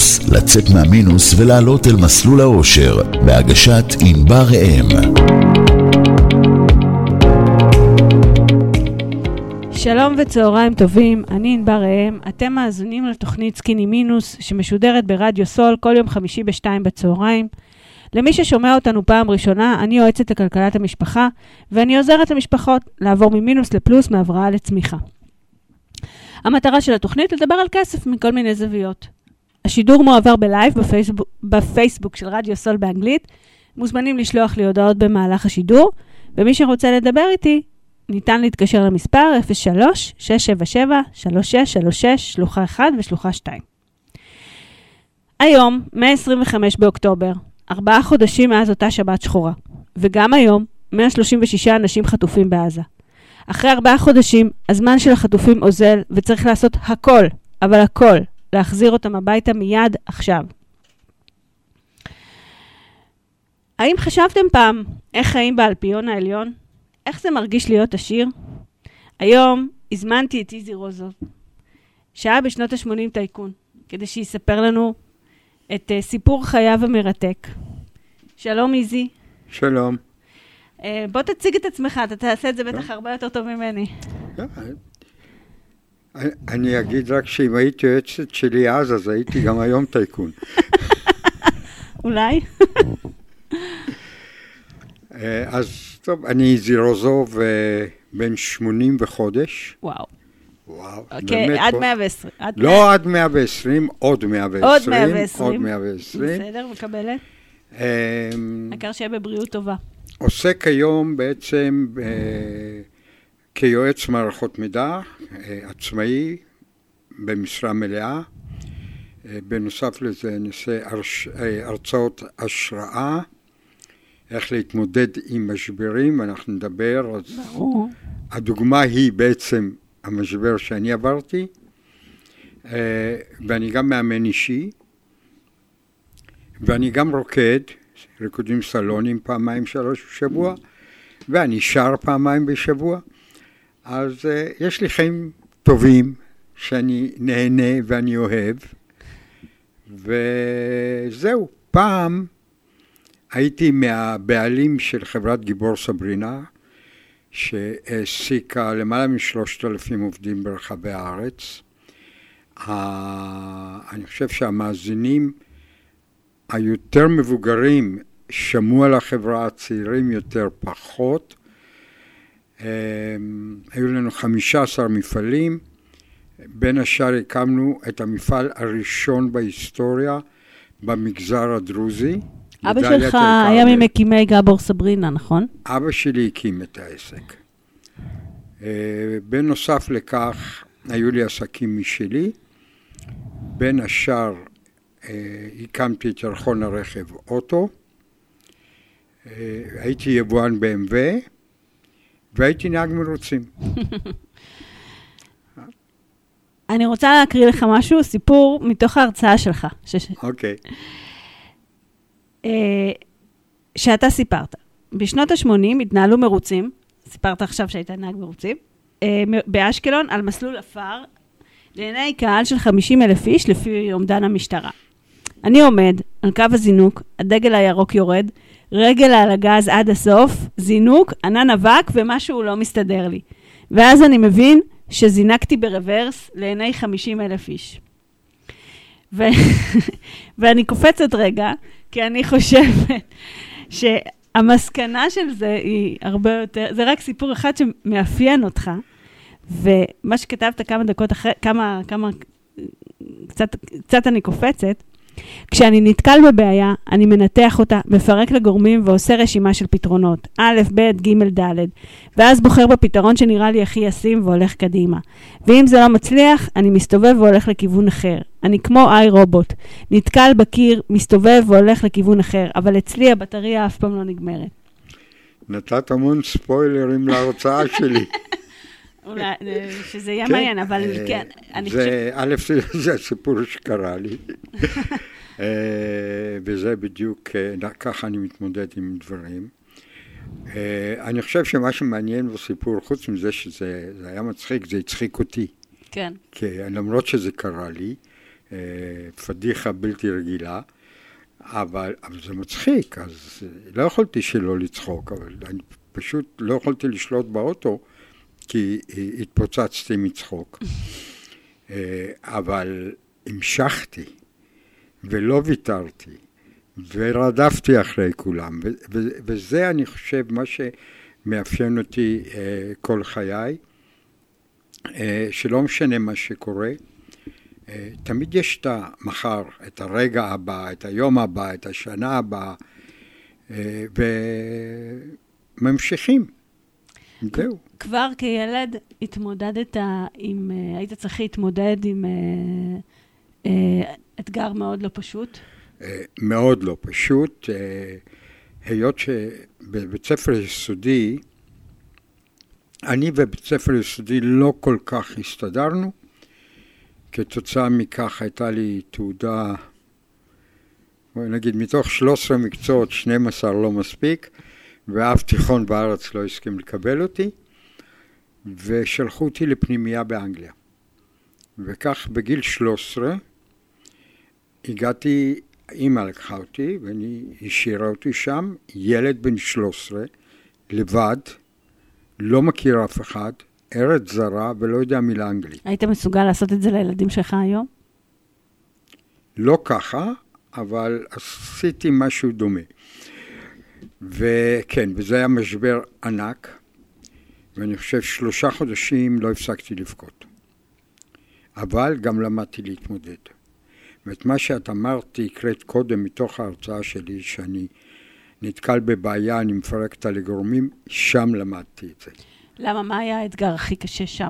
מינוס, לצאת מהמינוס ולעלות אל מסלול האושר, בהגשת ענבר ראם. שלום וצהריים טובים, אני ענבר ראם, אתם מאזינים לתוכנית סקיני מינוס שמשודרת ברדיו סול כל יום חמישי ב-2 בצהריים. למי ששומע אותנו פעם ראשונה, אני יועצת לכלכלת המשפחה ואני עוזרת למשפחות לעבור ממינוס לפלוס, מהבראה לצמיחה. המטרה של התוכנית לדבר על כסף מכל מיני זוויות. השידור מועבר בלייב בפייסבוק של רדיו סול באנגלית. מוזמנים לשלוח לי הודעות במהלך השידור, ומי שרוצה לדבר איתי, ניתן להתקשר למספר 03-677-3636, שלוחה 1 ושלוחה 2. היום, 125 באוקטובר, 4 חודשים מאז אותה שבת שחורה, וגם היום, 136 אנשים חטופים בעזה. אחרי 4 חודשים, הזמן של החטופים אוזל, וצריך לעשות הכל, אבל הכל, להחזיר אותם הביתה מיד עכשיו. האם חשבתם פעם איך חיים באלפיון העליון? איך זה מרגיש להיות עשיר? היום הזמנתי את איזי רוזוב, שהיה בשנות ה-80 טייקון, כדי שיספר לנו את סיפור חייו המרתק. שלום איזי. שלום. בוא תציג את עצמך, אתה תעשה את זה בטח הרבה יותר טוב ממני. אני אגיד רק שאם הייתי יועצת שלי אז הייתי גם היום טייקון. אולי? אז טוב, אני איזי רוזוב, בן 80 וחודש. וואו. וואו. אוקיי, עד 120. לא עד 120, עוד 120. עוד 120. עוד 120. בסדר, מקבלת. העיקר שיהיה בבריאות טובה. עוסק היום בעצם כיועץ מערכות מידע, עצמאי, במשרה מלאה. בנוסף לזה נעשה הרצאות השראה, איך להתמודד עם משברים, אנחנו נדבר. ברור. הדוגמה היא בעצם המשבר שאני עברתי, ואני גם מאמן אישי, ואני גם ריקודים סלונים 2-3 בשבוע, ואני שר 2 בשבוע. אז יש לי חיים טובים שאני נהנה ואני אוהב, וזהו. פעם הייתי מהבעלים של חברת גיבור סברינה, שהעסיקה למעלה מ3,000 עובדים ברחבי הארץ. אני חושב שהמאזינים היותר מבוגרים שמעו על החברה, הצעירים יותר פחות. היו לנו 15 מפעלים, בין השאר הקמנו את המפעל הראשון בהיסטוריה במגזר הדרוזי. אבא שלך היה ממקימי גיבור סברינה, נכון? אבא שלי הקים את העסק. בנוסף לכך, היו לי עסקים משלי. בין השאר, הקמתי את ירחון הרכב אוטו. הייתי יבואן BMW, והייתי נהג מרוצים. אני רוצה להקריא לך משהו, סיפור מתוך ההרצאה שלך. אוקיי. שאתה סיפרת. בשנות ה-80 התנהלו מרוצים, סיפרת עכשיו שהיית נהג מרוצים, באשקלון על מסלול אפר, לעיני קהל של 50,000 איש לפי אומדן המשטרה. אני עומד על קו הזינוק, הדגל הירוק יורד, רגל על הגז עד הסוף, זינוק, ענן אבק ומשהו לא מסתדר לי. ואז אני מבין שזינקתי ברוורס לעיני 50,000 איש. ואני קופצת רגע, כי אני חושבת שהמסקנה של זה היא הרבה יותר, זה רק סיפור אחד שמאפיין אותך, ומה שכתבת כמה דקות אחרי, קצת אני קופצת, כשאני נתקל בבעיה, אני מנתח אותה, מפרק לגורמים ועושה רשימה של פתרונות, א', ב', ג', ד', ואז בוחר בפתרון שנראה לי הכי ישים והולך קדימה. ואם זה לא מצליח, אני מסתובב והולך לכיוון אחר. אני כמו איי רובוט, נתקל בקיר, מסתובב והולך לכיוון אחר, אבל אצלי הבטריה אף פעם לא נגמרת. נתת המון ספוילרים להרצאה שלי. אולי, שזה יהיה מעניין, אבל כן, אני חושבת... א', זה הסיפור שקרה לי. וזה בדיוק, ככה אני מתמודד עם דברים. אני חושב שמה שמעניין בסיפור, חוץ מזה שזה היה מצחיק, זה הצחיק אותי. כן. כי למרות שזה קרה לי, פדיחה בלתי רגילה, אבל זה מצחיק, אז לא יכולתי שלא לצחוק, אבל אני פשוט לא יכולתי לשלוט באוטו, כי התפוצצתי מצחוק. אבל המשכתי, ולא ויתרתי, ורדפתי אחרי כולם, וזה אני חושב מה שמאפיין אותי כל חיי, שלא משנה מה שקורה, תמיד יש את המחר, את הרגע הבא, את היום הבא, את השנה הבאה, וממשיכים. זהו. כבר כילד התמודדת עם, היית צריך להתמודד עם אתגר מאוד לא פשוט? מאוד לא פשוט. היות שבבית ספר יסודי, אני ובית ספר יסודי לא כל כך הסתדרנו, כתוצאה מכך הייתה לי תעודה, נגיד מתוך 13 מקצועות, 12 לא מספיק, ואף תיכון בארץ לא הסכים לקבל אותי, ושלחו אותי לפנימייה באנגליה. וכך בגיל 13 הגעתי, אמא לקחה אותי, ואני השאירה אותי שם, ילד בן 13, לבד, לא מכיר אף אחד, ארץ זרה ולא יודע מילה אנגלית. היית מסוגל לעשות את זה לילדים שלך היום? לא ככה, אבל עשיתי משהו דומה. וכן, וזה היה משבר ענק, ואני חושב 3 חודשים לא הפסקתי לבכות. אבל גם למדתי להתמודד. ואת מה שאת אמרתי, הקראת קודם מתוך ההרצאה שלי, שאני נתקל בבעיה, אני מפרק אותה לגורמים, שם למדתי את זה. למה? מה היה האתגר הכי קשה שם?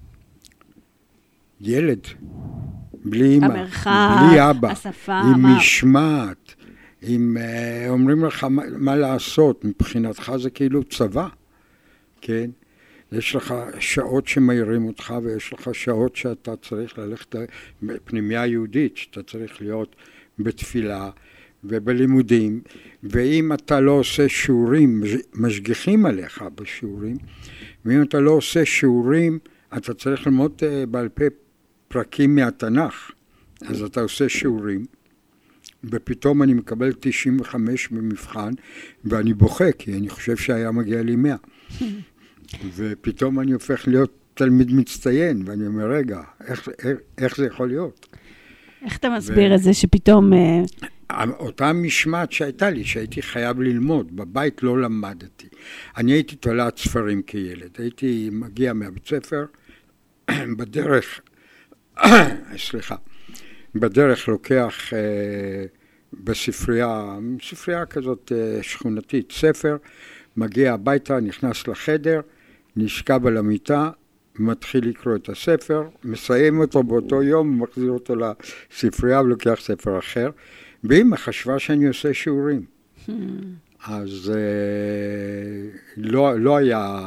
ילד, בלי אמא, המרחק, בלי אבא, השפה, עם משמעת, עם אומרים לך מה לעשות, מבחינתך זה כאילו צבא, כן? יש לך שעות שמאירים אותך, ויש לך שעות שאתה צריך ללכת בפנימיה יהודית, שאתה צריך להיות בתפילה ובלימודים, ואם אתה לא עושה שיעורים, משגיחים עליך בשיעורים, ואם אתה לא עושה שיעורים, אתה צריך ללמוד בעל פה פרקים מהתנ"ך, אז אתה עושה שיעורים, ופתאום אני מקבל 95 במבחן, ואני בוכה, כי אני חושב שהיה מגיע לי 100. ופתאום אני הופך להיות תלמיד מצטיין, ואני אומר, רגע, איך זה יכול להיות? איך אתה מסביר את זה שפתאום... אותה משמעת שהייתה לי, שהייתי חייב ללמוד, בבית לא למדתי. אני הייתי תולעת ספרים כילד, הייתי מגיע מהבית ספר, בדרך, בדרך לוקח בספרייה כזאת שכונתית, ספר, מגיע הביתה, נכנס לחדר, נשכב על המיטה, מתחיל לקרוא את הספר, מסיים אותו באותו יום, מחזיר אותו לספרייה ולוקח ספר אחר, ואמא חשבה שאני עושה שיעורים. אז לא היה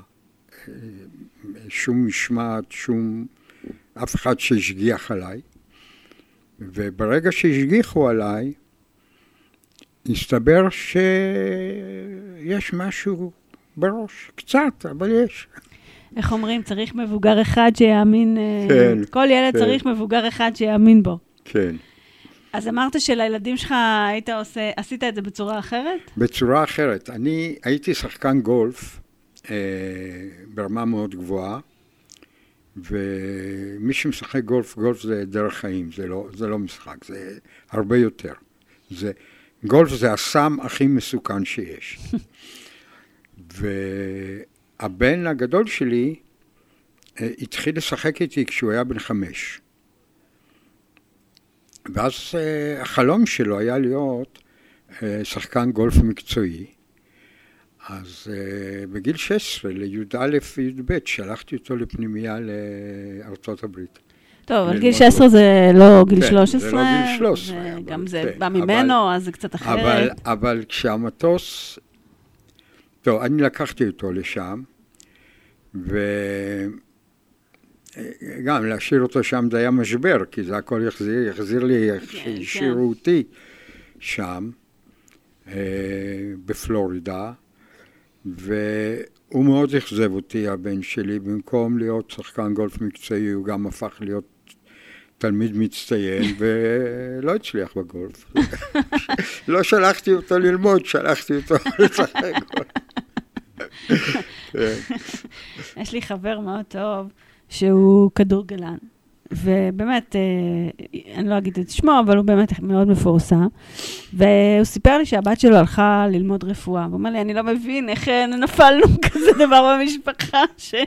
שום משמעת, אף אחד שהשגיח עליי, וברגע שהשגיחו עליי, הסתבר שיש משהו בראש, קצת, אבל יש. איך אומרים? צריך מבוגר אחד שיאמין, כן, כל ילד כן. צריך מבוגר אחד שיאמין בו. כן. אז אמרת שלילדים שלך עשית את זה בצורה אחרת? בצורה אחרת. אני הייתי שחקן גולף ברמה מאוד גבוהה, ומי שמשחק גולף זה דרך חיים, זה לא משחק, זה הרבה יותר. גולף זה הסם הכי מסוכן שיש. והבן הגדול שלי התחיל לשחק איתי כשהוא היה בן 5. ואז החלום שלו היה להיות שחקן גולף מקצועי. אז בגיל 16, לי"א וי"ב, שלחתי אותו לפנימייה לארצות הברית. טוב, אבל גיל 16 זה לא גיל 13. זה לא גיל 13. גם זה בא ממנו, אז זה קצת אחרת. אבל כשהמטוס... טוב, אני לקחתי אותו לשם, וגם להשאיר אותו שם זה היה משבר, כי זה הכל יחזיר לי, השאירו אותי שם, בפלורידה, והוא מאוד אכזב אותי, הבן שלי, במקום להיות שחקן גולף מקצועי, הוא גם הפך להיות תלמיד מצטיין ולא הצליח בגולף. לא שלחתי אותו ללמוד, שלחתי אותו לשחק גולף. יש לי חבר מאוד טוב שהוא כדורגלן, ובאמת, אני לא אגיד את שמו, אבל הוא באמת מאוד מפורסם, והוא סיפר לי שהבת שלו הלכה ללמוד רפואה, והוא אומר לי, אני לא מבין איך נפלנו כזה דבר במשפחה,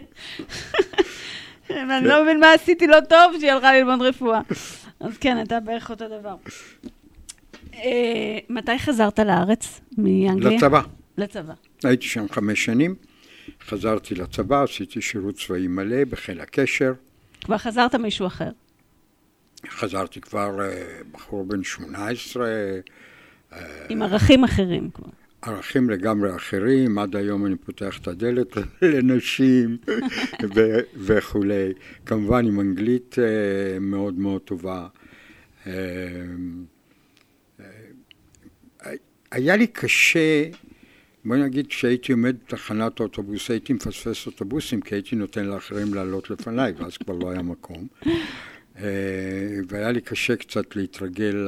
אני לא מבין מה עשיתי לא טוב שהיא הלכה ללמוד רפואה. אז כן, אתה בערך אותו דבר. מתי חזרת לארץ מאנגליה? לצבא. לצבא. הייתי שם 5 שנים, חזרתי לצבא, עשיתי שירות צבאי מלא בחיל הקשר. כבר חזרת מישהו אחר? חזרתי כבר בחור בן 18. עם ערכים אחרים כבר. ערכים לגמרי אחרים, עד היום אני פותח את הדלת לנשים וכולי. כמובן עם אנגלית מאוד מאוד טובה. היה לי קשה, בואי נגיד, כשהייתי עומד בתחנת האוטובוס, הייתי מפספס אוטובוסים, כי הייתי נותן לאחרים לעלות לפניי, ואז כבר לא היה מקום. והיה לי קשה קצת להתרגל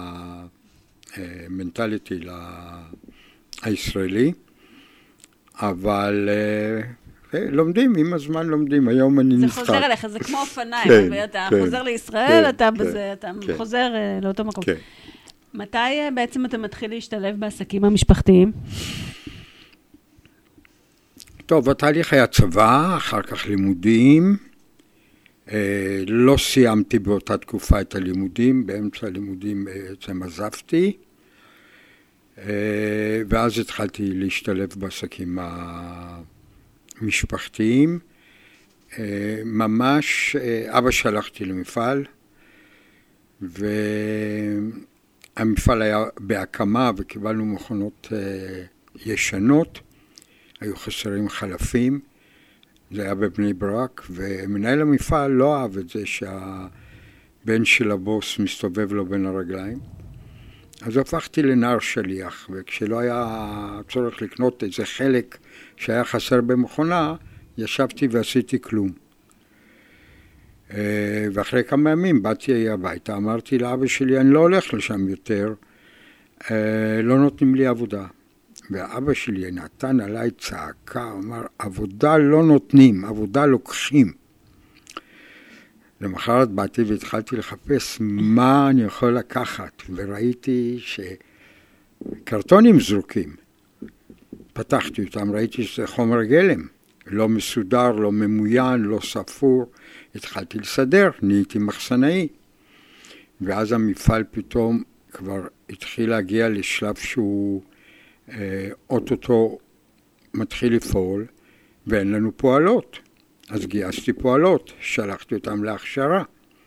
למנטליטי, הישראלי, אבל לומדים, עם הזמן לומדים, היום אני נזכר. זה חוזר אליך, זה כמו אופניים, ואתה חוזר לישראל, אתה חוזר לאותו מקום. מתי בעצם אתה מתחיל להשתלב בעסקים המשפחתיים? טוב, התהליך היה צבא, אחר כך לימודים. לא סיימתי באותה תקופה את הלימודים, באמצע הלימודים בעצם עזבתי. ואז התחלתי להשתלב בעסקים המשפחתיים. ממש, אבא שלחתי למפעל, והמפעל היה בהקמה וקיבלנו מכונות ישנות, היו חסרים חלפים, זה היה בבני ברק, ומנהל המפעל לא אהב את זה שהבן של הבוס מסתובב לו בין הרגליים. אז הפכתי לנער שליח, וכשלא היה צורך לקנות איזה חלק שהיה חסר במכונה, ישבתי ועשיתי כלום. ואחרי כמה ימים באתי הביתה, אמרתי לאבא שלי, אני לא הולך לשם יותר, לא נותנים לי עבודה. ואבא שלי נתן עליי צעקה, אמר, עבודה לא נותנים, עבודה לוקחים. למחרת באתי והתחלתי לחפש מה אני יכול לקחת, וראיתי שקרטונים זרוקים. פתחתי אותם, ראיתי שזה חומר גלם, לא מסודר, לא ממוין, לא ספור. התחלתי לסדר, נהייתי מחסנאי. ואז המפעל פתאום כבר התחיל להגיע לשלב שהוא אוטוטו מתחיל לפעול, ואין לנו פועלות. אז גייסתי פועלות, שלחתי אותם להכשרה.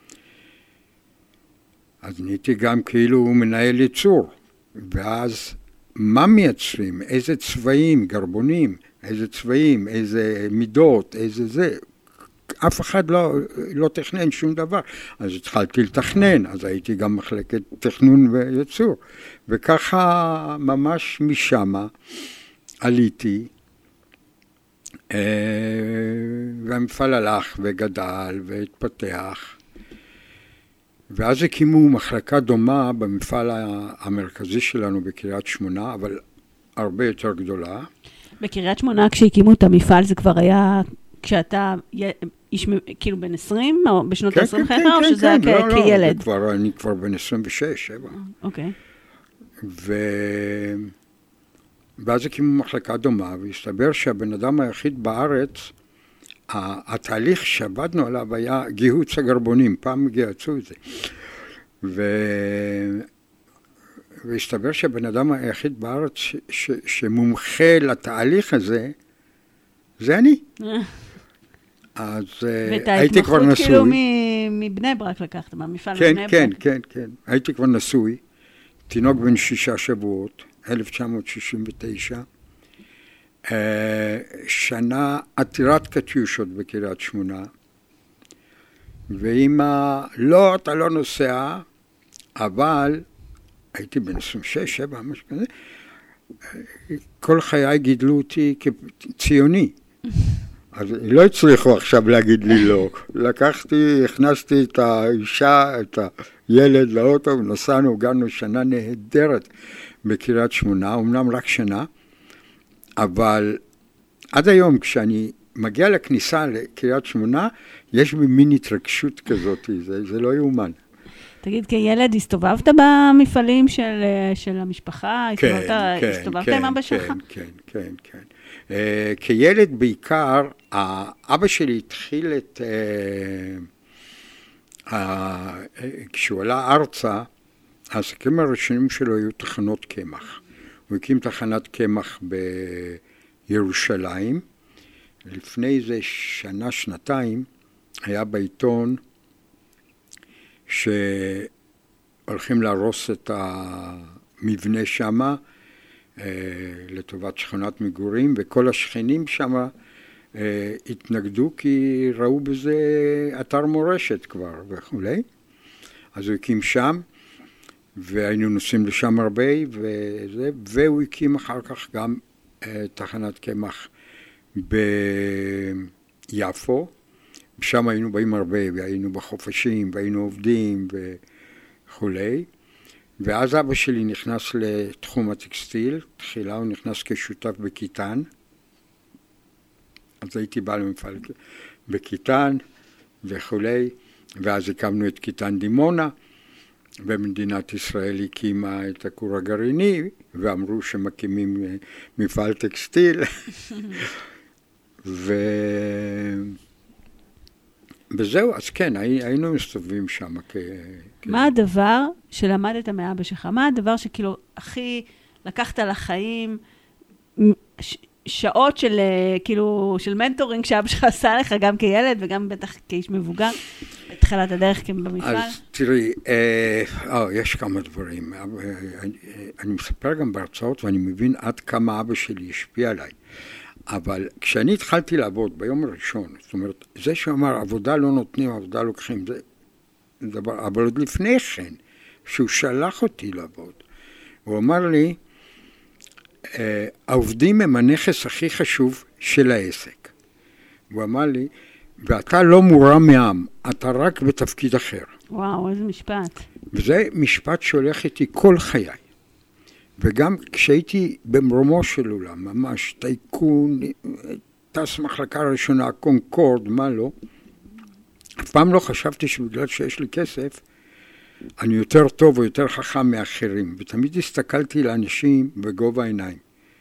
אז נהייתי גם כאילו מנהל ייצור. ואז מה מייצרים? איזה צבעים, גרבונים, איזה צבעים, איזה מידות, איזה זה. אף אחד לא תכנן שום דבר. אז התחלתי לתכנן, אז הייתי גם מחלקת תכנון וייצור. וככה ממש משמה עליתי, והמפעל הלך וגדל והתפתח, ואז הקימו מחלקה דומה במפעל המרכזי שלנו בקריית שמונה, אבל הרבה יותר גדולה. בקריית שמונה כשהקימו את המפעל זה כבר היה כשאתה כאילו בן 20 או בשנות ה-20 חייך, או שזה היה כילד? לא, אני כבר בן 26, 7. אוקיי. ואז הקימו מחלקה דומה, והסתבר שהבן אדם היחיד בארץ, התהליך שעבדנו עליו היה גיהוץ הגרבונים, פעם גייצו את זה. והסתבר שהבן אדם היחיד בארץ שמומחה לתהליך הזה, זה אני. אז הייתי כבר נשוי. ואת ההתמחות כאילו מבני ברק לקחת, מהמפעל מבני ברק. כן, כן, כן. הייתי כבר נשוי, תינוק בן 6 שבועות, 1969, שנה עתירת קטיושות בקריית שמונה, ואמא, לא, אתה לא נוסע, אבל הייתי בן 26, 7, משהו כזה, כל חיי גידלו אותי כציוני. אז לא הצליחו עכשיו להגיד לי לא. הכנסתי את האישה, את הילד לאוטו, ונסענו, הגענו שנה נהדרת בקריית שמונה, אמנם רק שנה, אבל עד היום כשאני מגיע לכניסה לקריית שמונה, יש בי מין התרגשות כזאת, זה לא יאומן. תגיד, כילד הסתובבת במפעלים של המשפחה? הסתובבת עם אבא שלך? כן. כילד בעיקר, אבא שלי התחיל כשהוא עלה ארצה, העסקים הראשונים שלו היו תחנות קמח. הוא הקים תחנת קמח בירושלים. לפני זה שנה, שנתיים, היה בעיתון שהולכים להרוס את המבנה שמה, לטובת שכונת מגורים, וכל השכנים שמה התנגדו כי ראו בזה אתר מורשת כבר וכולי. אז הוא הקים שם, והיינו נוסעים לשם הרבה, והוא הקים אחר כך גם תחנת קמח ביפו. שם היינו באים הרבה, והיינו בחופשים, והיינו עובדים וכולי. ואז אבא שלי נכנס לתחום הטקסטיל, תחילה הוא נכנס כשותף בקיטן. אז הייתי בא למפעל בקיטן וכולי, ואז הקמנו את קיטן דימונה, ומדינת ישראל הקימה את הכור הגרעיני, ואמרו שמקימים מפעל טקסטיל. וזהו, אז כן, היינו מסתובבים שם. מה הדבר שלמדת מאבא שלך? מה הדבר שכאילו הכי לקחת לחיים, שעות של כאילו של מנטורינג שאבא שלך עשה לך גם כילד וגם בטח כאיש מבוגר, בתחילת הדרך במפעל? אז תראי, יש כמה דברים. אני מספר גם בהרצאות ואני מבין עד כמה אבא שלי השפיע עליי. אבל כשאני התחלתי לעבוד ביום הראשון, זאת אומרת, זה שאמר, עבודה לא נותנים, עבודה לוקחים, זה דבר, אבל עוד לפני כן, שהוא שלח אותי לעבוד, הוא אמר לי, העובדים הם הנכס הכי חשוב של העסק. הוא אמר לי, ואתה לא מורם מעם, אתה רק בתפקיד אחר. וואו, איזה משפט. וזה משפט שהולך איתי כל חיי. וגם כשהייתי במרומו של עולם, ממש טייקון, טס מחלקה ראשונה, קונקורד, מה לא, אף פעם לא חשבתי שבגלל שיש לי כסף, אני יותר טוב או יותר חכם מאחרים, ותמיד הסתכלתי לאנשים בגובה העיניים.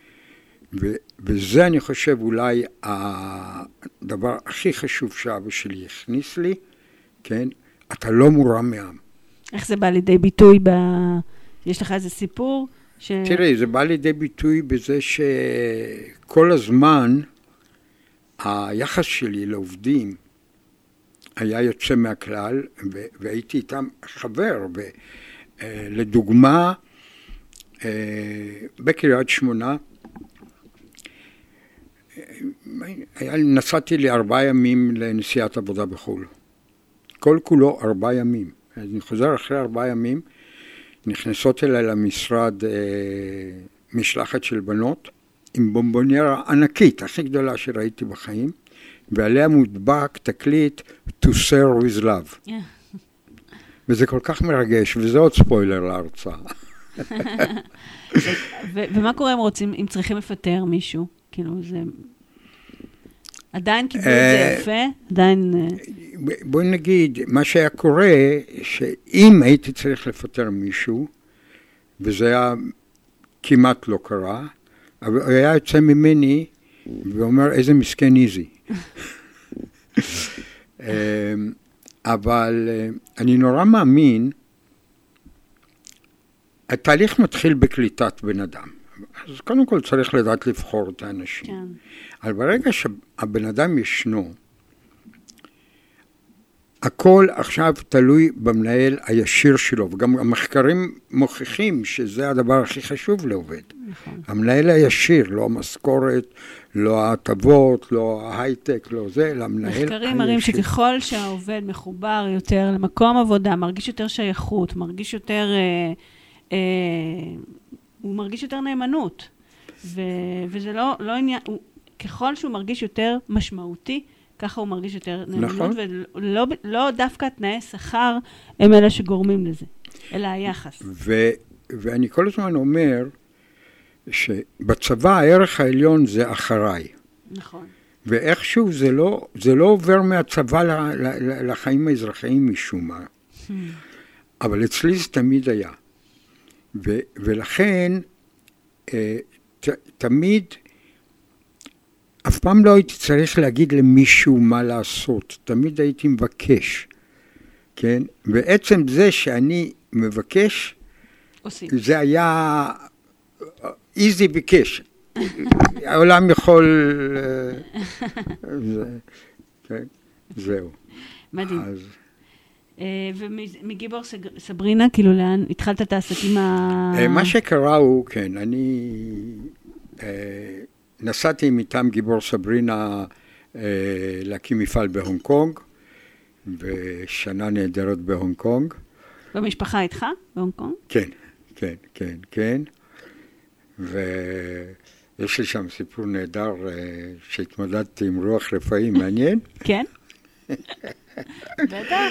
וזה אני חושב אולי הדבר הכי חשוב שאבא שלי הכניס לי, כן, אתה לא מורם מעם. איך זה בא לידי ביטוי יש לך איזה סיפור? תראי, זה בא לידי ביטוי בזה שכל הזמן היחס שלי לעובדים היה יוצא מהכלל, והייתי איתם חבר. לדוגמה, בקריית שמונה, נסעתי ל4 ימים לנסיעת עבודה בחו"ל. כל כולו 4 ימים. אני חוזר אחרי 4 ימים, נכנסות אליי למשרד משלחת של בנות, עם בומבוניירה ענקית, הכי גדולה שראיתי בחיים, ועליה מודבק תקליט To Serve with Love. וזה כל כך מרגש, וזה עוד ספוילר להרצאה. ומה קורה אם צריכים לפטר מישהו? כאילו זה... עדיין קיבלו את זה יפה? עדיין... בואי נגיד, מה שהיה קורה, שאם הייתי צריך לפטר מישהו, וזה היה כמעט לא קרה, אבל הוא היה יוצא ממני, ואומר, איזה מסכן איזי. אבל אני נורא מאמין, התהליך מתחיל בקליטת בן אדם. אז קודם כל צריך לדעת לבחור את האנשים. כן. אבל ברגע שהבן אדם ישנו, הכל עכשיו תלוי במנהל הישיר שלו, וגם המחקרים מוכיחים שזה הדבר הכי חשוב לעובד. נכון. המנהל הישיר, לא המשכורת, לא ההטבות, לא ההייטק, לא זה, אלא המנהל הישיר. מחקרים מראים שככל שהעובד מחובר יותר למקום עבודה, מרגיש יותר שייכות, מרגיש יותר, הוא מרגיש יותר נאמנות. וזה לא עניין, ככל שהוא מרגיש יותר משמעותי, ככה הוא מרגיש יותר נאמנות, נכון. ולא דווקא תנאי שכר הם אלה שגורמים לזה, אלא היחס. ואני כל הזמן אומר שבצבא הערך העליון זה אחריי. נכון. ואיכשהו זה לא עובר מהצבא לחיים האזרחיים משום מה. אבל אצלי זה תמיד היה. ולכן תמיד, אף פעם לא הייתי צריך להגיד למישהו מה לעשות. תמיד הייתי מבקש. כן? ועצם זה שאני מבקש, עושים. זה היה איזי ביקש. העולם יכול... כן, זהו. מדהים. ומגיבור סברינה, כאילו לאן התחלת את העסקים מה שקרה הוא, כן, אני נסעתי מטעם גיבור סברינה להקים מפעל בהונג קונג, ושנה נהדרת בהונג קונג. במשפחה איתך בהונג קונג? כן, כן, כן, כן. ויש לי שם סיפור נהדר שהתמודדתי עם רוח רפאים, מעניין? כן. בטח.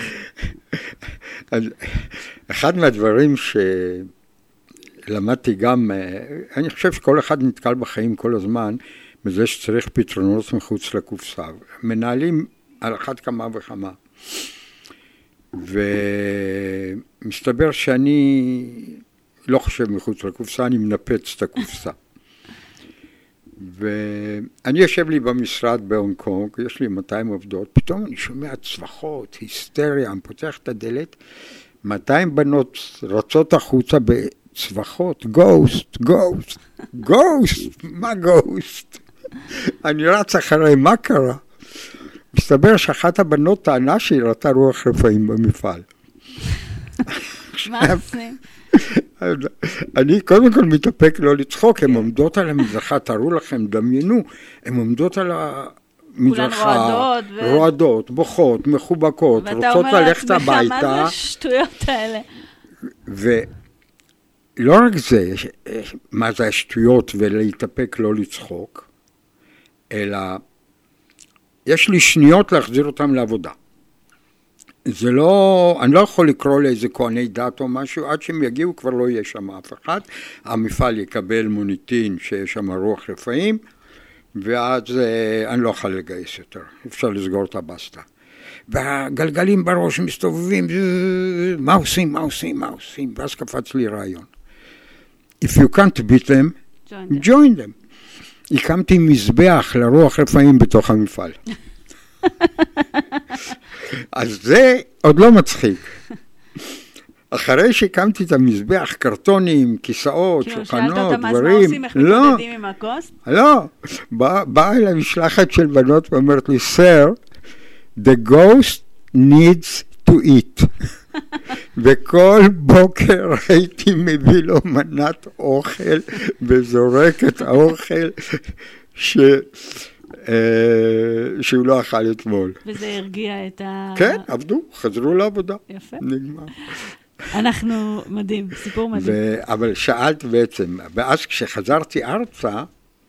אחד מהדברים שלמדתי גם, אני חושב שכל אחד נתקל בחיים כל הזמן, בזה שצריך פתרונות מחוץ לקופסה. מנהלים על אחת כמה וכמה. ומסתבר שאני לא חושב מחוץ לקופסה, אני מנפץ את הקופסה. ואני יושב לי במשרד בהונג קונג, יש לי 200 עובדות, פתאום אני שומע צווחות, היסטריה, אני פותח את הדלת, 200 בנות רצות החוצה בצווחות, גוסט, גוסט, גוסט, מה גוסט? אני רץ אחרי, מה קרה? מסתבר שאחת הבנות טענה שהיא ראתה רוח רפאים במפעל. מה עושים? אני קודם כל מתאפק לא לצחוק, הן עומדות על המזרחה, תראו לכם, דמיינו, הן עומדות על המזרחה, רועדות, בוכות, מחובקות, רוצות ללכת הביתה. ואתה אומר לעצמך, מה זה השטויות האלה? ולא רק זה, מה זה השטויות ולהתאפק לא לצחוק, אלא יש לי שניות להחזיר אותם לעבודה. זה לא, אני לא יכול לקרוא לאיזה כהני דת או משהו, עד שהם יגיעו כבר לא יהיה שם אף אחד, המפעל יקבל מוניטין שיש שם רוח רפאים, ואז אני לא יכול לגייס יותר, אפשר לסגור את הבסטה. והגלגלים בראש מסתובבים, מה עושים, מה עושים, מה עושים, ואז קפץ לי רעיון. If you can't beat them, join them. הקמתי מזבח לרוח רפאים בתוך המפעל. אז זה עוד לא מצחיק. אחרי שהקמתי את המזבח, קרטונים, כיסאות, שולחנות, דברים. מה עושים, איך מתמודדים עם הכוס? לא, באה אליי משלחת של בנות ואומרת לי, Sir, the ghost needs to eat. וכל בוקר הייתי מביא לו מנת אוכל, וזורק את האוכל שהוא לא אכל אתמול. וזה הרגיע את ה... כן, עבדו, חזרו לעבודה. יפה. נגמר. אנחנו מדהים, סיפור מדהים. אבל שאלת בעצם, ואז כשחזרתי ארצה,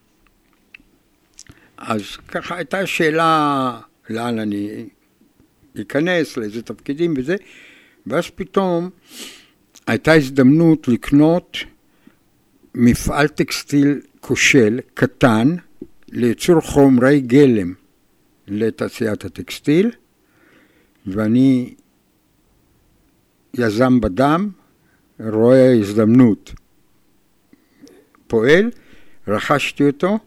אז ככה הייתה שאלה לאן אני אכנס, לאיזה תפקידים וזה, ואז פתאום הייתה הזדמנות לקנות מפעל טקסטיל כושל, קטן, לייצור חומרי גלם לתעשיית הטקסטיל, ואני יזם בדם, רואה הזדמנות, פועל, רכשתי אותו,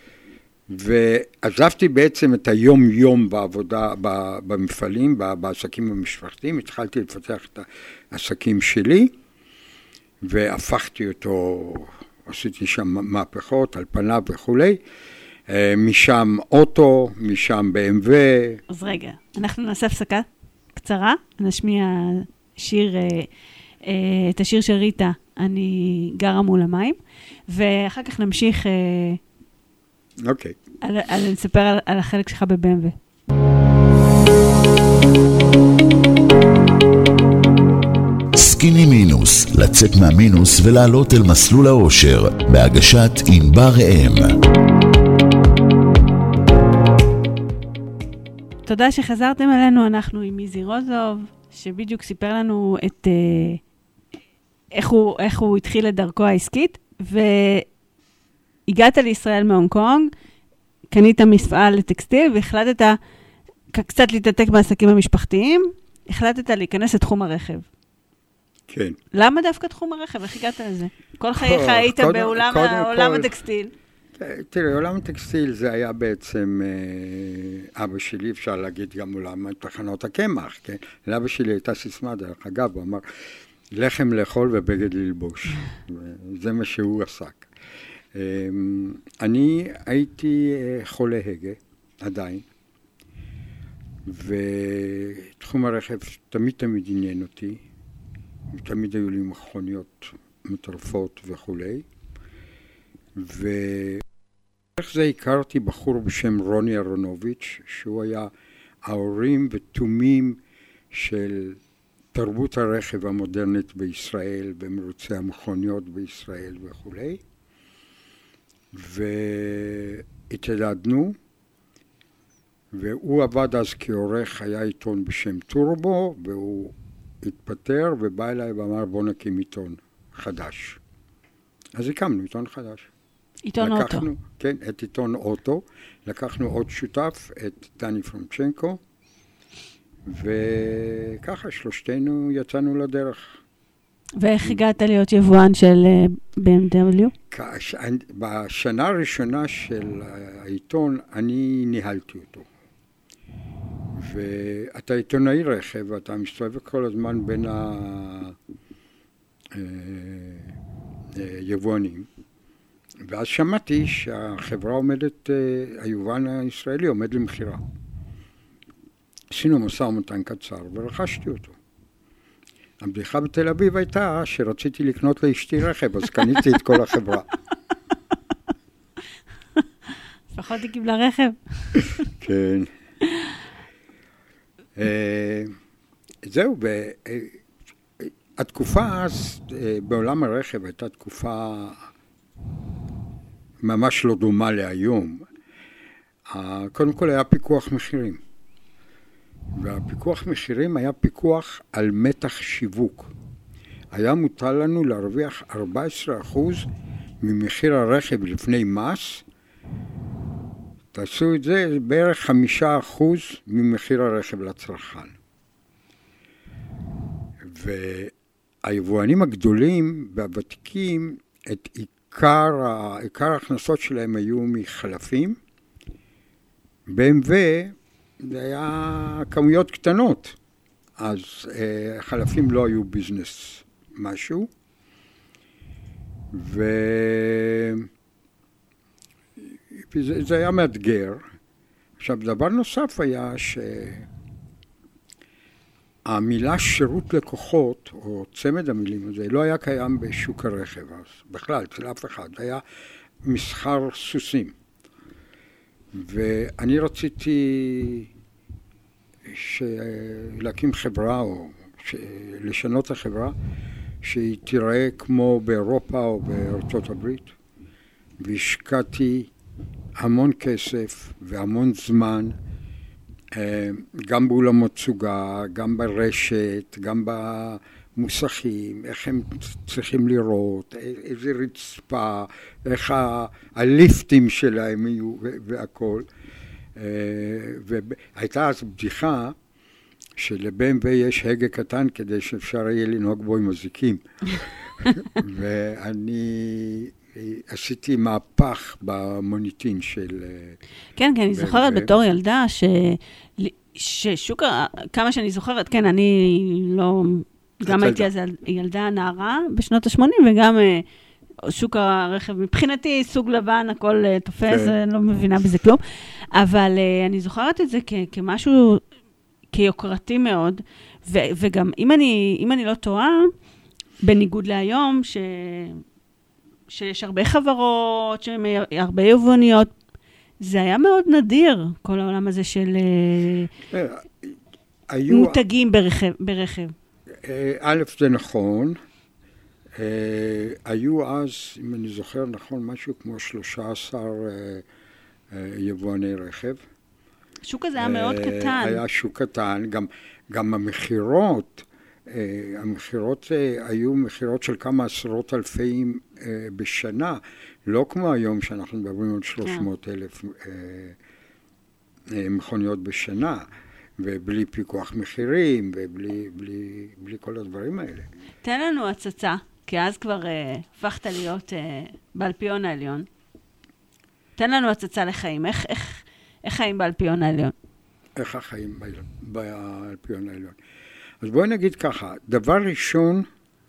ועזבתי בעצם את היום-יום בעבודה, במפעלים, בעסקים המשפחתיים, התחלתי לפתח את העסקים שלי, והפכתי אותו, עשיתי שם מהפכות על פניו וכולי, משם אוטו, משם BMW. אז רגע, אנחנו נעשה הפסקה קצרה, נשמיע שיר, את השיר של ריטה, אני גרה מול המים, ואחר כך נמשיך... אוקיי. נספר על החלק שלך ב-BMW. סקיני מינוס, לצאת מהמינוס ולעלות אל מסלול האושר, בהגשת ענבר ראם. תודה שחזרתם אלינו, אנחנו עם איזי רוזוב, שבדיוק סיפר לנו את איך הוא התחיל את דרכו העסקית, והגעת לישראל מהונג קונג, קנית מפעל לטקסטיל, והחלטת קצת להתעתק מהעסקים המשפחתיים, החלטת להיכנס לתחום הרכב. כן. למה דווקא תחום הרכב? איך הגעת לזה? כל חייך היית בעולם הטקסטיל. תראי, עולם הטקסטיל זה היה בעצם, אבא שלי, אפשר להגיד גם עולם תחנות הקמח, כן? לאבא שלי הייתה סיסמה, דרך אגב, הוא אמר, לחם לאכול ובגד ללבוש. זה מה שהוא עסק. אני הייתי חולה הגה, עדיין, ותחום הרכב תמיד עניין אותי, תמיד היו לי מכוניות מטורפות וכולי, ואיך זה הכרתי בחור בשם רוני אהרונוביץ', שהוא היה ההורים ותומים של תרבות הרכב המודרנית בישראל, במרוצי המכוניות בישראל וכולי, והתיידדנו, והוא עבד אז כעורך, היה עיתון בשם טורבו, והוא התפטר ובא אליי ואמר בוא נקים עיתון חדש. אז הקמנו עיתון חדש. עיתון אוטו. כן, את עיתון אוטו. לקחנו עוד שותף, את דני פרנצ'נקו, וככה שלושתנו יצאנו לדרך. ואיך הגעת להיות יבואן של BMW? בשנה הראשונה של העיתון אני ניהלתי אותו. ואתה עיתונאי רכב, ואתה מסתובב כל הזמן בין היבואנים. ואז שמעתי שהחברה עומדת, היבואן הישראלי עומד למחירה. עשינו משא ומתן קצר ורכשתי אותו. הבדיחה בתל אביב הייתה שרציתי לקנות לאשתי רכב, אז קניתי את כל החברה. לפחות היא קיבלה רכב. כן. זהו, התקופה אז בעולם הרכב הייתה תקופה ממש לא דומה להיום. קודם כל היה פיקוח מחירים. והפיקוח מחירים היה פיקוח על מתח שיווק. היה מוטל לנו להרוויח 14% ממחיר הרכב לפני מס. תעשו את זה בערך 5% ממחיר הרכב לצרכן. והיבואנים הגדולים והוותיקים, את עיקר ההכנסות שלהם היו מחלפים. BMW זה היה כמויות קטנות, אז חלפים לא היו ביזנס משהו, וזה היה מאתגר. עכשיו, דבר נוסף היה שהמילה שירות לקוחות, או צמד המילים הזה, לא היה קיים בשוק הרכב, אז בכלל, אצל אף אחד, זה היה מסחר סוסים. ואני רציתי להקים חברה או לשנות את החברה שהיא תיראה כמו באירופה או בארצות הברית, והשקעתי המון כסף והמון זמן, גם באולמות סוגה, גם ברשת, גם במוסכים, איך הם צריכים לראות, איזה רצפה, איך הליפטים שלהם יהיו והכל. והייתה אז בדיחה שלב.מ.וו יש הגה קטן כדי שאפשר יהיה לנהוג בו עם הזיקים. ואני עשיתי מהפך במוניטין של... כן, אני זוכרת בתור ילדה ששוק, כמה שאני זוכרת, כן, אני לא... גם הייתי אז ילדה נערה בשנות ה-80, וגם שוק הרכב, מבחינתי סוג לבן, הכל תופס, לא מבינה בזה כלום. אבל אני זוכרת את זה כמשהו, כיוקרתי מאוד, וגם אם אני לא טועה, בניגוד להיום, שיש הרבה חברות, הרבה יבואניות, זה היה מאוד נדיר, כל העולם הזה של מותגים ברכב. א', זה נכון. היו אז, אם אני זוכר נכון, משהו כמו 13 יבואני רכב. השוק הזה היה מאוד קטן. היה שוק קטן, גם המחירות היו מחירות של כמה עשרות אלפים בשנה, לא כמו היום שאנחנו מדברים על 300,000 מכוניות בשנה, ובלי פיקוח מחירים, ובלי כל הדברים האלה. תן לנו הצצה, כי אז כבר הפכת להיות באלפיון העליון. תן לנו הצצה לחיים. איך חיים באלפיון העליון? איך החיים באלפיון העליון? אז בואי נגיד ככה, דבר ראשון,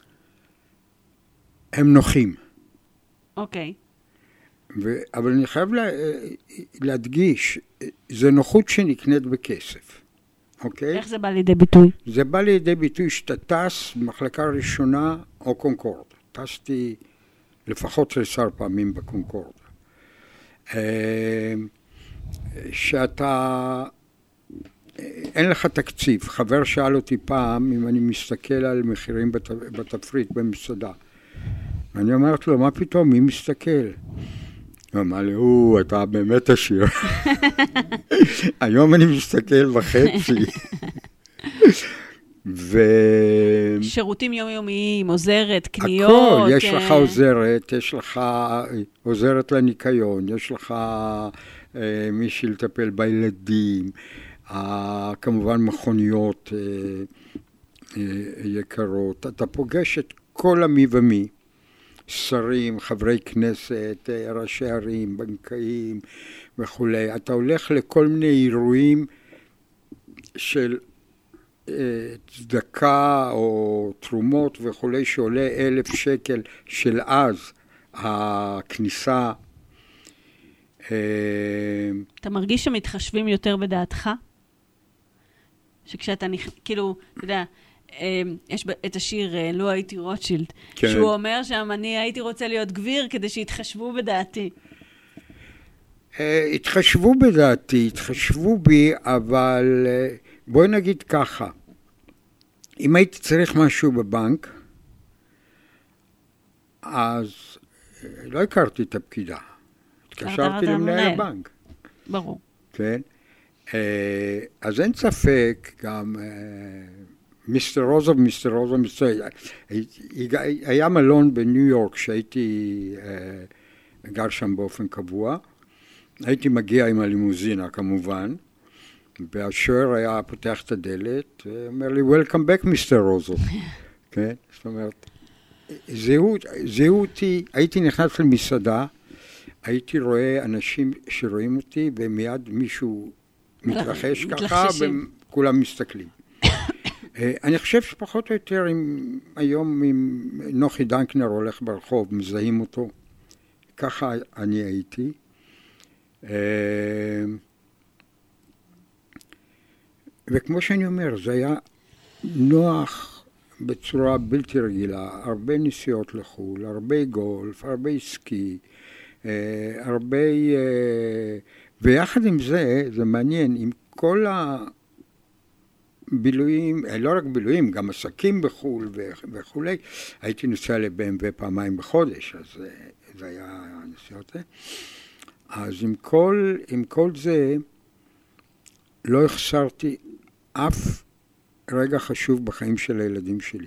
הם נוחים. אוקיי. אבל אני חייב להדגיש, זה נוחות שנקנית בכסף. אוקיי? איך זה בא לידי ביטוי? זה בא לידי ביטוי שאתה טס במחלקה ראשונה או קונקורד. טסתי לפחות 10 פעמים בקונקורד. שאתה, אין לך תקציב. חבר שאל אותי פעם אם אני מסתכל על מחירים בתפריט במסעדה. ואני אומרת לו, מה פתאום, מי מסתכל? הוא אמר לי, אתה באמת עשיר. היום אני מסתכל בחצי. שירותים יומיומיים, עוזרת, קניות. הכל, יש לך עוזרת, יש לך עוזרת לניקיון, יש לך מישהי לטפל בילדים, כמובן מכוניות יקרות. אתה פוגש את כל המי ומי. שרים, חברי כנסת, ראשי ערים, בנקאים וכולי. אתה הולך לכל מיני אירועים של צדקה או תרומות וכולי, שעולה 1,000 שקל של אז, הכניסה. אתה מרגיש שמתחשבים יותר בדעתך? שכשאתה כאילו, אתה יודע, יש את השיר "לו הייתי רוטשילד", כן. שהוא אומר שם, אני הייתי רוצה להיות גביר כדי שיתחשבו בדעתי. התחשבו בדעתי, התחשבו בי, אבל בואי נגיד ככה, אם הייתי צריך משהו בבנק, אז לא הכרתי את הפקידה. התקשרתי למנהל הבנק. ברור. כן? אז אין ספק, גם מיסטר רוזוב, היה מלון בניו יורק שהייתי גר שם באופן קבוע. הייתי מגיע עם הלימוזינה כמובן, והשוער היה פותח את הדלת, ואומר לי, Welcome back, מיסטר רוזוב. כן? זאת אומרת, זהו אותי, הייתי נכנס למסעדה, הייתי רואה אנשים שרואים אותי, ומיד מישהו מתרחש ככה, וכולם מסתכלים. אני חושב שפחות או יותר, היום אם נוחי דנקנר הולך ברחוב, מזהים אותו, ככה אני הייתי. וכמו שאני אומר, זה היה נוח בצורה בלתי רגילה, הרבה נסיעות לחול, הרבה גולף, הרבה סקי, הרבה, ויחד עם זה, זה מעניין, עם כל הבילויים, לא רק בילויים, גם עסקים בחול וכולי, הייתי נוסע ל-BMW פעמיים בחודש, אז זה היה הנסיעות האלה. אז עם כל זה, לא החסרתי אף רגע חשוב בחיים של הילדים שלי.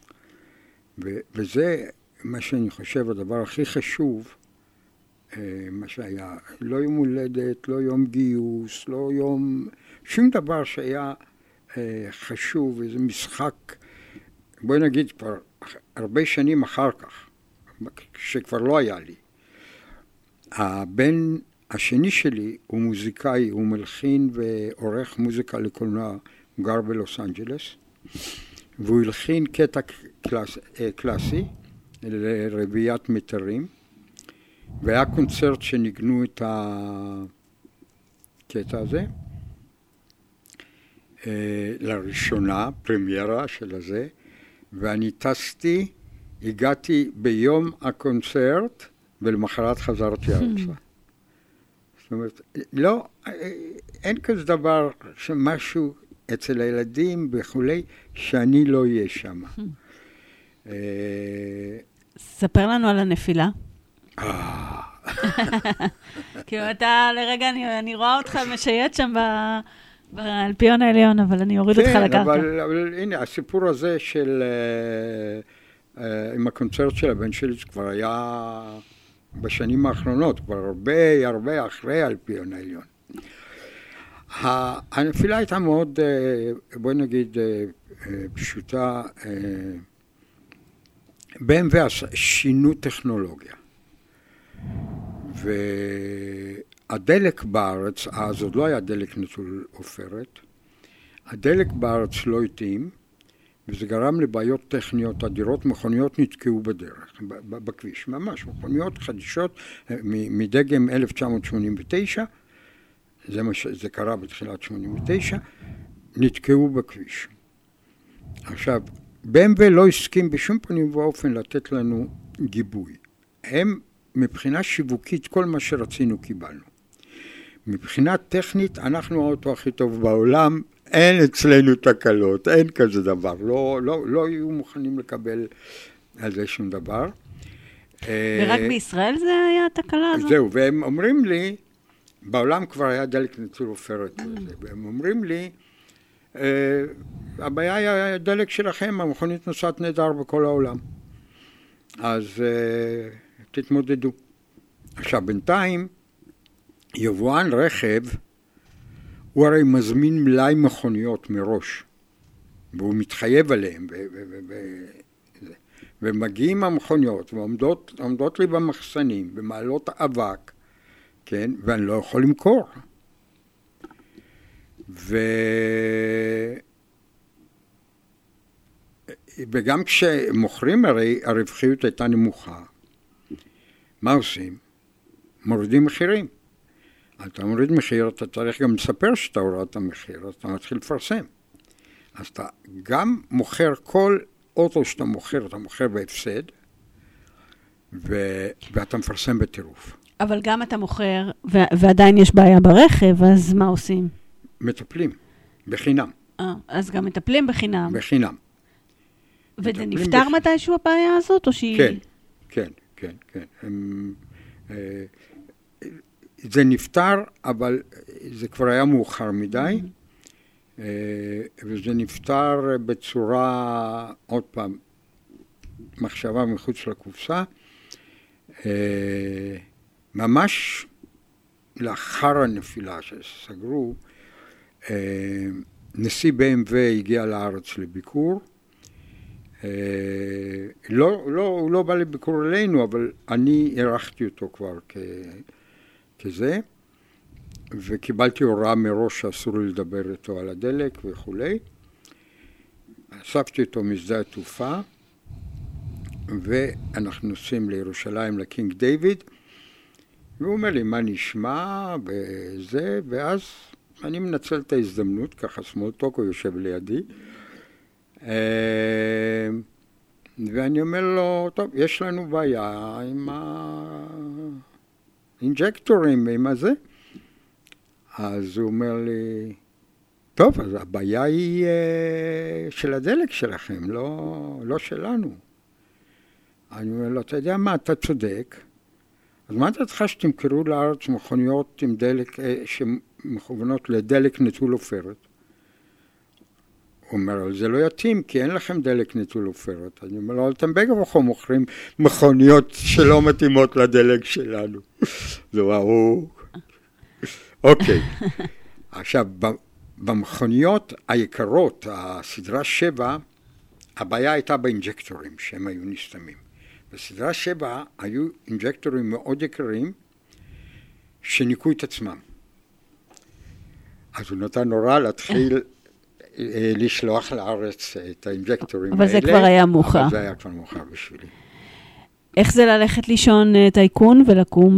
וזה מה שאני חושב, הדבר הכי חשוב, מה שהיה, לא יום הולדת, לא יום גיוס, לא יום, שום דבר שהיה חשוב, איזה משחק, בואי נגיד כבר הרבה שנים אחר כך, שכבר לא היה לי. הבן השני שלי הוא מוזיקאי, הוא מלחין ועורך מוזיקה לקולנוע, הוא גר בלוס אנג'לס, והוא הלחין קטע קלאסי לרביעיית מיתרים, והיה קונצרט שניגנו את הקטע הזה, לראשונה, פרמיירה של הזה, ואני טסתי, הגעתי ביום הקונצרט, ולמחרת חזרתי ארצה. זאת אומרת, לא, אין כזה דבר שמשהו אצל הילדים וכולי, שאני לא אהיה שם. ספר לנו על הנפילה. כאילו אתה לרגע, אני רואה אותך משייט שם באלפיון העליון, אבל אני אוריד אותך לקרקע. כן, אבל הנה, הסיפור הזה של, עם הקונצרט של הבן שלי, זה כבר היה בשנים האחרונות, כבר הרבה אחרי האלפיון העליון. הנפילה הייתה מאוד, בואי נגיד, פשוטה. BMW שינו טכנולוגיה. והדלק בארץ, אז עוד לא היה דלק נטול עופרת, הדלק בארץ לא התאים, וזה גרם לבעיות טכניות אדירות, מכוניות נתקעו בדרך, בכביש, ממש, מכוניות חדשות מדגם 1989, זה קרה בתחילת 89, נתקעו בכביש. עכשיו, BMW לא הסכים בשום פנים ואופן לתת לנו גיבוי. הם, מבחינה שיווקית, כל מה שרצינו קיבלנו. מבחינה טכנית, אנחנו האוטו הכי טוב בעולם, אין אצלנו תקלות, אין כזה דבר, לא יהיו מוכנים לקבל על זה שום דבר. ורק בישראל זה היה התקלה הזאת? זהו, והם אומרים לי, בעולם כבר היה דלק נטול עופרת, והם אומרים לי, הבעיה היא הדלק שלכם, המכונית נוסעת נהדר בכל העולם. אז תתמודדו. עכשיו, בינתיים, יבואן רכב, הוא הרי מזמין מלאי מכוניות מראש, והוא מתחייב עליהם, ומגיעים המכוניות, ועומדות לי במחסנים, ומעלות אבק, כן, ואני לא יכול למכור. וגם כשמוכרים הרי הרווחיות הייתה נמוכה. מה עושים? מורידים מחירים. אתה מוריד מחיר, אתה צריך גם לספר שאתה הורדת המחיר, אז אתה מתחיל לפרסם. אז אתה גם מוכר כל אוטו שאתה מוכר, אתה מוכר בהפסד, ואתה מפרסם בטירוף. אבל גם אתה מוכר, ועדיין יש בעיה ברכב, אז מה עושים? מטפלים, בחינם. אז גם מטפלים בחינם. בחינם. וזה נפטר מתישהו הבעיה הזאת, או שהיא... כן. זה נפטר, אבל זה כבר היה מאוחר מדי, וזה נפטר בצורה, עוד פעם, מחשבה מחוץ לקופסה, ממש לאחר הנפילה שסגרו, נשיא BMW הגיע לארץ לביקור, הוא לא בא לביקור אלינו, אבל אני ערכתי אותו כבר כזה, וקיבלתי הוראה מראש שאסור לי לדבר איתו על הדלק וכו'. אספתי אותו משדה התעופה, ואנחנו נוסעים לירושלים, לקינג דיוויד, והוא אומר לי, מה נשמע בזה, ואז אני מנצל את ההזדמנות, ככה סמולטוק, הוא יושב לידי, ואני אומר לו, טוב, יש לנו בעיה עם האינג'קטורים, עם הזה. אז הוא אומר לי, טוב, אז הבעיה היא של הדלק שלכם, לא שלנו. אני אומר לו, אתה יודע מה, אתה צודק. אז מה אתה צריך שתמכרו לארץ מכוניות עם דלק, שמכוונות לדלק נטול עופרת? הוא אומר, אבל זה לא יתאים, כי אין לכם דלק נטול עופרת. אני אומר לו, אתם בגלל מוכרים מכוניות שלא מתאימות לדלק שלנו. זה ברור. אוקיי. עכשיו, במכוניות היקרות, הסדרה 7, הבעיה הייתה באינג'קטורים, שהם היו נסתמים. בסדרה 7 היו אינג'קטורים מאוד יקרים, שניקו את עצמם. אז הוא נתן הוראה להתחיל לשלוח לארץ את האינג'קטורים האלה. אבל זה כבר היה מאוחר. אבל זה היה כבר מאוחר בשבילי. איך זה ללכת לישון טייקון ולקום...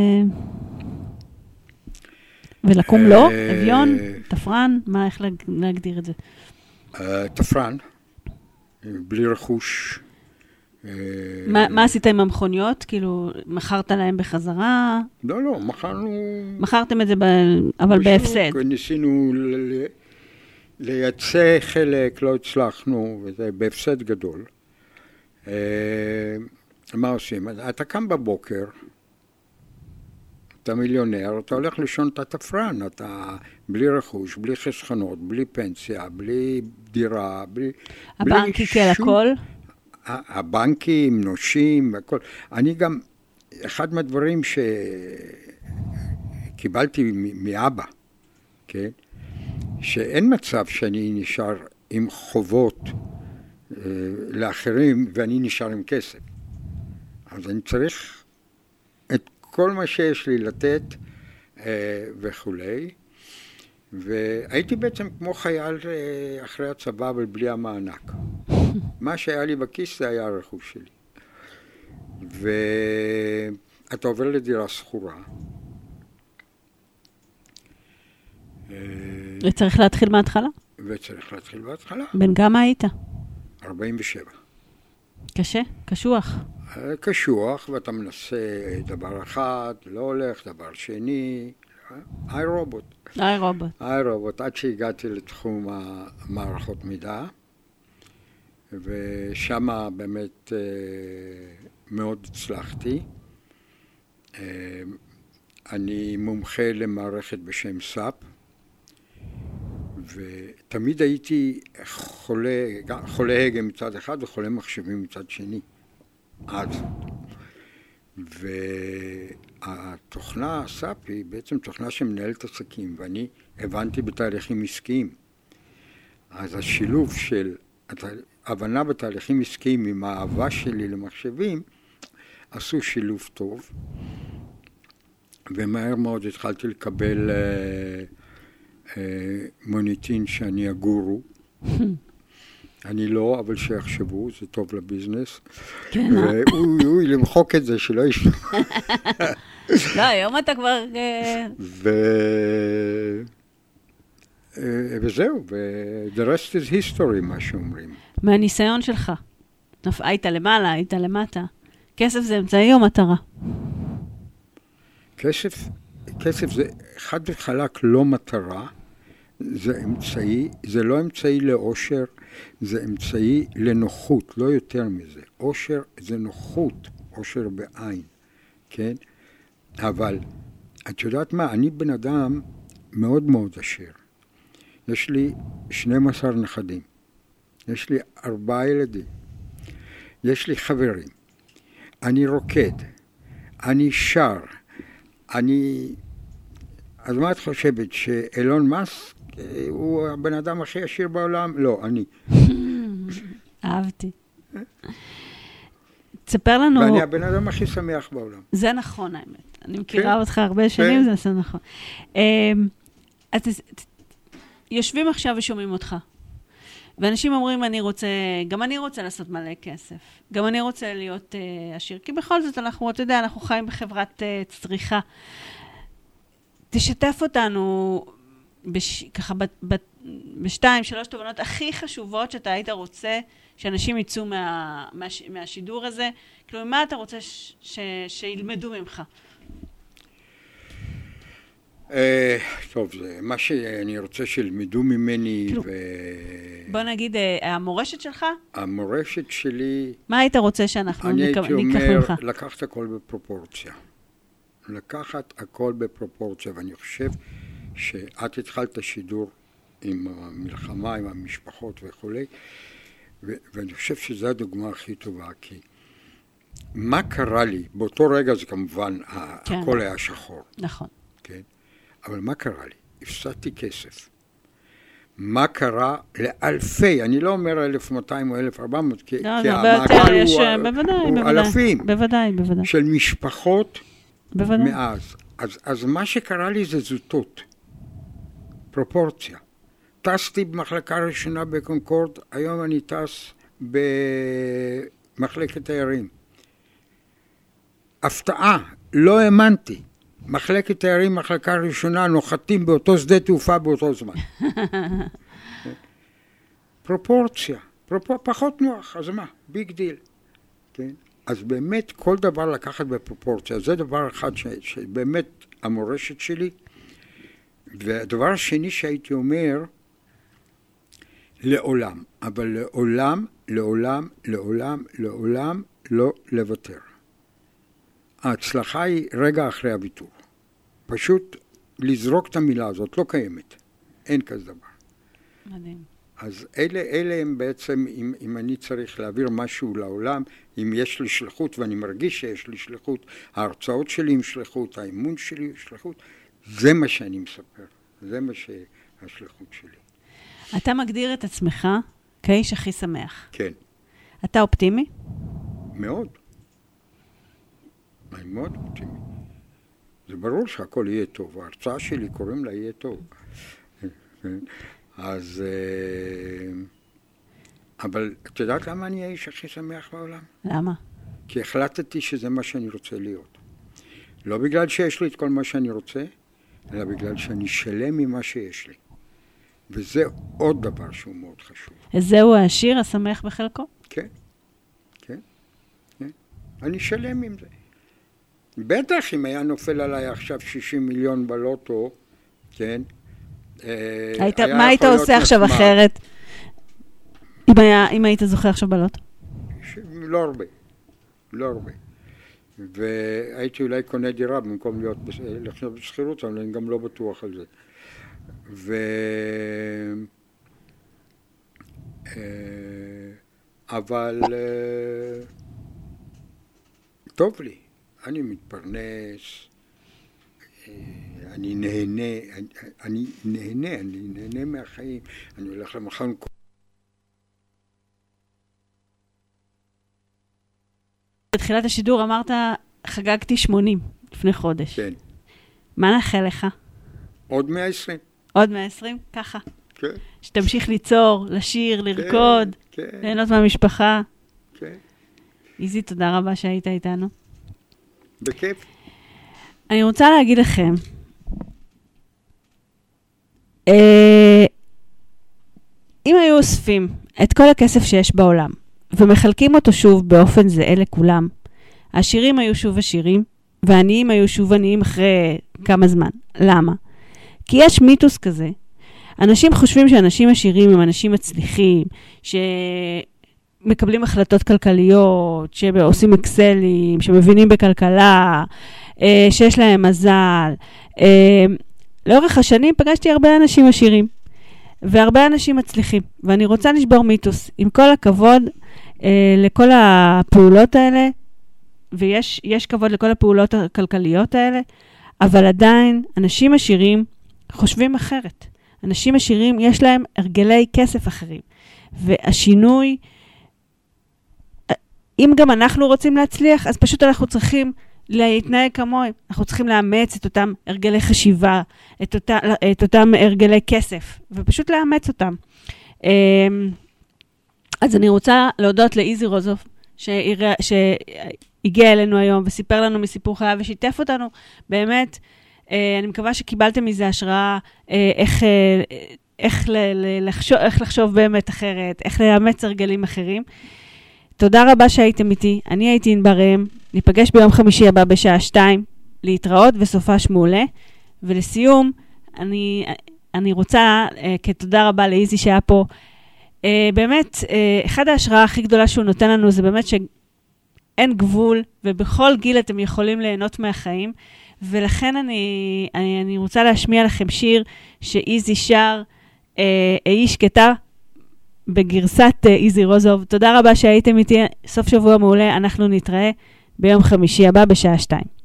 ולקום לא? אביון? תפרן? מה, איך להגדיר את זה? תפרן, בלי רכוש. מה עשית עם המכוניות? כאילו, מכרת להם בחזרה? לא, מכרנו... מכרתם את זה, אבל בהפסד. ניסינו לייצא חלק, לא הצלחנו, וזה בהפסד גדול. מה עושים? אתה קם בבוקר, אתה מיליונר, אתה הולך לישון את התפרן, אתה בלי רכוש, בלי חסכונות, בלי פנסיה, בלי דירה, הבנק עיקל הכל? הבנקים, נושים, הכל. אני גם, אחד מהדברים שקיבלתי מאבא, כן? שאין מצב שאני נשאר עם חובות לאחרים ואני נשאר עם כסף. אז אני צריך את כל מה שיש לי לתת וכולי. והייתי בעצם כמו חייל אחרי הצבא, אבל בלי המענק. מה שהיה לי בכיס זה היה הרכוש שלי. ואתה עובר לדירה שכורה. וצריך להתחיל מההתחלה? וצריך להתחיל בהתחלה. בן כמה היית? 47. קשה? קשוח? קשוח, ואתה מנסה דבר אחד, לא הולך, דבר שני, iRobot. iRobot, עד שהגעתי לתחום המערכות מידע, ושם באמת מאוד הצלחתי. אני מומחה למערכת בשם SAP, ותמיד הייתי חולה הגה מצד אחד וחולה מחשבים מצד שני. אז. והתוכנה SAP היא בעצם תוכנה שמנהלת עסקים, ואני הבנתי בתהליכים עסקיים. אז השילוב של הבנה בתהליכים עסקיים עם האהבה שלי למחשבים, עשו שילוב טוב, ומהר מאוד התחלתי לקבל מוניטין שאני הגורו. אני לא, אבל שיחשבו, זה טוב לביזנס. כן, ואוי, למחוק את זה, שלא ישמע. לא, היום אתה כבר... וזהו, the rest is history, מה שאומרים. מהניסיון שלך, היית למעלה, היית למטה. כסף זה אמצעי או מטרה? כסף זה חד וחלק לא מטרה, זה אמצעי, זה לא אמצעי לאושר, זה אמצעי לנוחות, לא יותר מזה. אושר זה נוחות, אושר בעין, כן? אבל, את יודעת מה, אני בן אדם מאוד מאוד עשיר. יש לי 12 נכדים, יש לי 4 ילדים, יש לי חברים, אני רוקד, אני שר, אז מה את חושבת, שאילון מאסק הוא הבן אדם הכי עשיר בעולם? לא, אני. אהבתי. תספר לנו... ואני הבן אדם הכי שמח בעולם. זה נכון, האמת. אני מכירה אותך הרבה שנים, זה נכון. אז יושבים עכשיו ושומעים אותך. ואנשים אומרים, גם אני רוצה לעשות מלא כסף. גם אני רוצה להיות עשיר. כי בכל זאת, אנחנו חיים בחברת צריכה. תשתף אותנו ככה בשתיים, 3 תובנות הכי חשובות שאתה היית רוצה שאנשים יצאו מהשידור הזה. כאילו, מה אתה רוצה שילמדו ממך? טוב, זה מה שאני רוצה שילמדו ממני בוא נגיד, המורשת שלך? המורשת שלי... מה היית רוצה שאנחנו ניקח ממך? אני הייתי אומר, לקחת הכל בפרופורציה. לקחת הכל בפרופורציה, ואני חושב שאת התחלת השידור עם המלחמה, עם המשפחות וכו', ואני חושב שזו הדוגמה הכי טובה, כי מה קרה לי? באותו רגע זה כמובן, הכל היה שחור. נכון. כן? אבל מה קרה לי? הפסדתי כסף. מה קרה לאלפי, אני לא אומר 1,200 או 1,400, כי המעגל הוא אלפים. בוודאי. של משפחות מאז. אז מה שקרה לי זה זוטות. פרופורציה. טסתי במחלקה ראשונה בקונקורד, היום אני טס במחלקת תיירים. הפתעה, לא האמנתי. מחלקת תיירים, מחלקה ראשונה, נוחתים באותו שדה תעופה באותו זמן. פרופורציה, פחות נוח, אז מה? ביג דיל. כן? אז באמת כל דבר לקחת בפרופורציה, זה דבר אחד שבאמת המורשת שלי. והדבר השני שהייתי אומר, לעולם, אבל לעולם לא לוותר. ההצלחה היא רגע אחרי הוויתור. פשוט לזרוק את המילה הזאת, לא קיימת. אין כזה דבר. מדהים. אז אלה הם בעצם, אם אני צריך להעביר משהו לעולם, אם יש לי שליחות, ואני מרגיש שיש לי שליחות, ההרצאות שלי עם שליחות, האימון שלי עם שליחות, זה מה שאני מספר. זה מה שהשליחות שלי. אתה מגדיר את עצמך כאיש הכי שמח. כן. אתה אופטימי? מאוד. אני מאוד אופטימי. זה ברור שהכל יהיה טוב. ההרצאה שלי קוראים לה יהיה טוב. אז... אבל את יודעת למה אני האיש הכי שמח בעולם? למה? כי החלטתי שזה מה שאני רוצה להיות. לא בגלל שיש לי את כל מה שאני רוצה, אלא בגלל שאני שלם ממה שיש לי. וזה עוד דבר שהוא מאוד חשוב. זהו השיר השמח בחלקו? כן, כן, כן. אני שלם עם זה. בטח אם היה נופל עליי עכשיו 60 מיליון בלוטו, כן? מה היית עושה עכשיו אחרת? אם היית זוכה עכשיו בלוטו? לא הרבה. לא הרבה. והייתי אולי קונה דירה במקום לחיות בשכירות, אבל אני גם לא בטוח על זה. אבל טוב לי, אני מתפרנס, אני נהנה מהחיים, אני הולך למכון. בתחילת השידור אמרת, חגגתי 80 לפני חודש. כן. מה נאחל לך? עוד 120. עוד 120? ככה. כן. שתמשיך ליצור, לשיר, לרקוד, ליהנות מהמשפחה. כן. איזי, תודה רבה שהיית איתנו. בכיף. אני רוצה להגיד לכם, אם היו אוספים את כל הכסף שיש בעולם, ומחלקים אותו שוב באופן זהה לכולם, העשירים היו שוב עשירים, והעניים היו שוב עניים אחרי כמה זמן. למה? כי יש מיתוס כזה. אנשים חושבים שאנשים עשירים הם אנשים מצליחים, שמקבלים החלטות כלכליות, שעושים אקסלים, שמבינים בכלכלה, שיש להם מזל. לאורך השנים פגשתי הרבה אנשים עשירים, והרבה אנשים מצליחים, ואני רוצה לשבור מיתוס. עם כל הכבוד לכל הפעולות האלה, ויש כבוד לכל הפעולות הכלכליות האלה, אבל עדיין אנשים עשירים חושבים אחרת. אנשים עשירים יש להם הרגלי כסף אחרים. והשינוי, אם גם אנחנו רוצים להצליח, אז פשוט אנחנו צריכים להתנהג כמוהם. אנחנו צריכים לאמץ את אותם הרגלי חשיבה, את אותם הרגלי כסף, ופשוט לאמץ אותם. אז אני רוצה להודות לאיזי רוזוב, שהגיע אלינו היום וסיפר לנו מסיפור חייו ושיתף אותנו. באמת, אני מקווה שקיבלתם מזה השראה, איך לחשוב באמת אחרת, איך לאמץ הרגלים אחרים. תודה רבה שהייתם איתי. אני הייתי ענבר ראם. ניפגש ביום חמישי הבא בשעה 2. להתראות וסופש מעולה. ולסיום, אני רוצה, כתודה רבה לאיזי שהיה פה, באמת, אחד ההשראה הכי גדולה שהוא נותן לנו זה באמת שאין גבול, ובכל גיל אתם יכולים ליהנות מהחיים, ולכן אני רוצה להשמיע לכם שיר שאיזי שר, איש שקטה, בגרסת איזי רוזוב. תודה רבה שהייתם איתי, סוף שבוע מעולה, אנחנו נתראה ביום חמישי הבא בשעה 2.